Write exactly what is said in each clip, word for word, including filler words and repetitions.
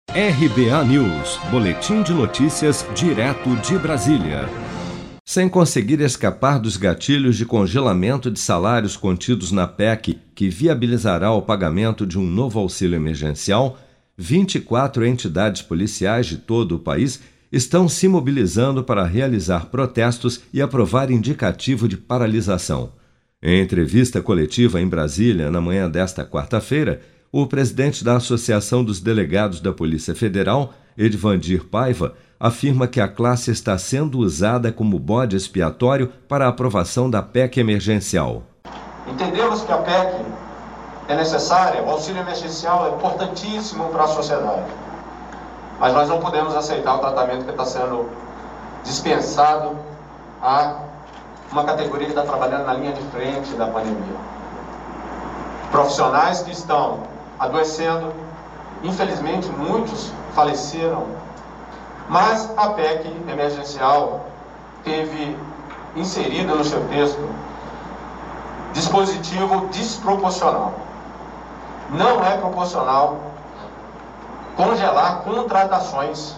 R B A News, boletim de notícias direto de Brasília. Sem conseguir escapar dos gatilhos de congelamento de salários contidos na P E C, que viabilizará o pagamento de um novo auxílio emergencial, vinte e quatro entidades policiais de todo o país estão se mobilizando para realizar protestos e aprovar indicativo de paralisação. Em entrevista coletiva em Brasília, na manhã desta quarta-feira, o presidente da Associação dos Delegados da Polícia Federal, Edvandir Paiva, afirma que a classe está sendo usada como bode expiatório para a aprovação da P E C emergencial. Entendemos que a P E C é necessária, o auxílio emergencial é importantíssimo para a sociedade, mas nós não podemos aceitar o tratamento que está sendo dispensado a uma categoria que está trabalhando na linha de frente da pandemia. Profissionais que estão adoecendo, infelizmente muitos faleceram, mas a P E C emergencial teve inserido no seu texto dispositivo desproporcional. Não é proporcional congelar contratações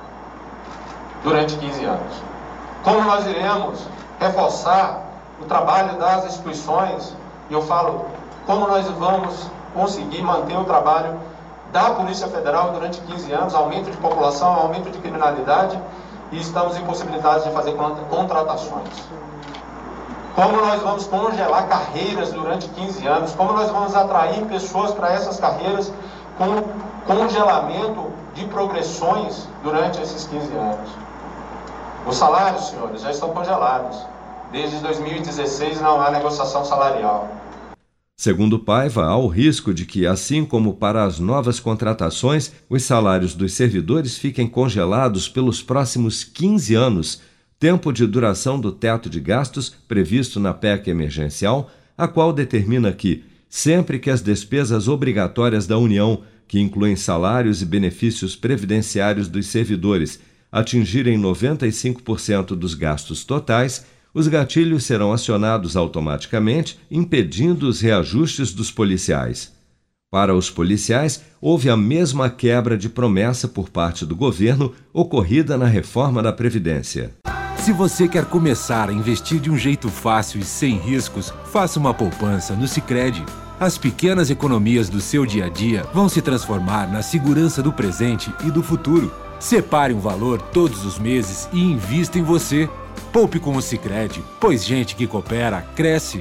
durante quinze anos. Como nós iremos reforçar o trabalho das instituições, e eu falo, como nós vamos conseguir manter o trabalho da Polícia Federal durante quinze anos, aumento de população, aumento de criminalidade, e estamos impossibilitados de fazer contratações. Como nós vamos congelar carreiras durante quinze anos, como nós vamos atrair pessoas para essas carreiras com congelamento de progressões durante esses quinze anos. Os salários, senhores, já estão congelados. Desde dois mil e dezesseis não há negociação salarial. Segundo Paiva, há o risco de que, assim como para as novas contratações, os salários dos servidores fiquem congelados pelos próximos quinze anos, tempo de duração do teto de gastos previsto na P E C emergencial, a qual determina que, sempre que as despesas obrigatórias da União, que incluem salários e benefícios previdenciários dos servidores, atingirem noventa e cinco por cento dos gastos totais, os gatilhos serão acionados automaticamente, impedindo os reajustes dos policiais. Para os policiais, houve a mesma quebra de promessa por parte do governo ocorrida na reforma da Previdência. Se você quer começar a investir de um jeito fácil e sem riscos, faça uma poupança no Sicredi. As pequenas economias do seu dia a dia vão se transformar na segurança do presente e do futuro. Separe um valor todos os meses e invista em você. Poupe com o Sicredi, pois gente que coopera, cresce.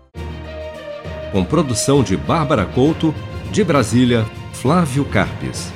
Com produção de Bárbara Couto, de Brasília, Flávio Carpes.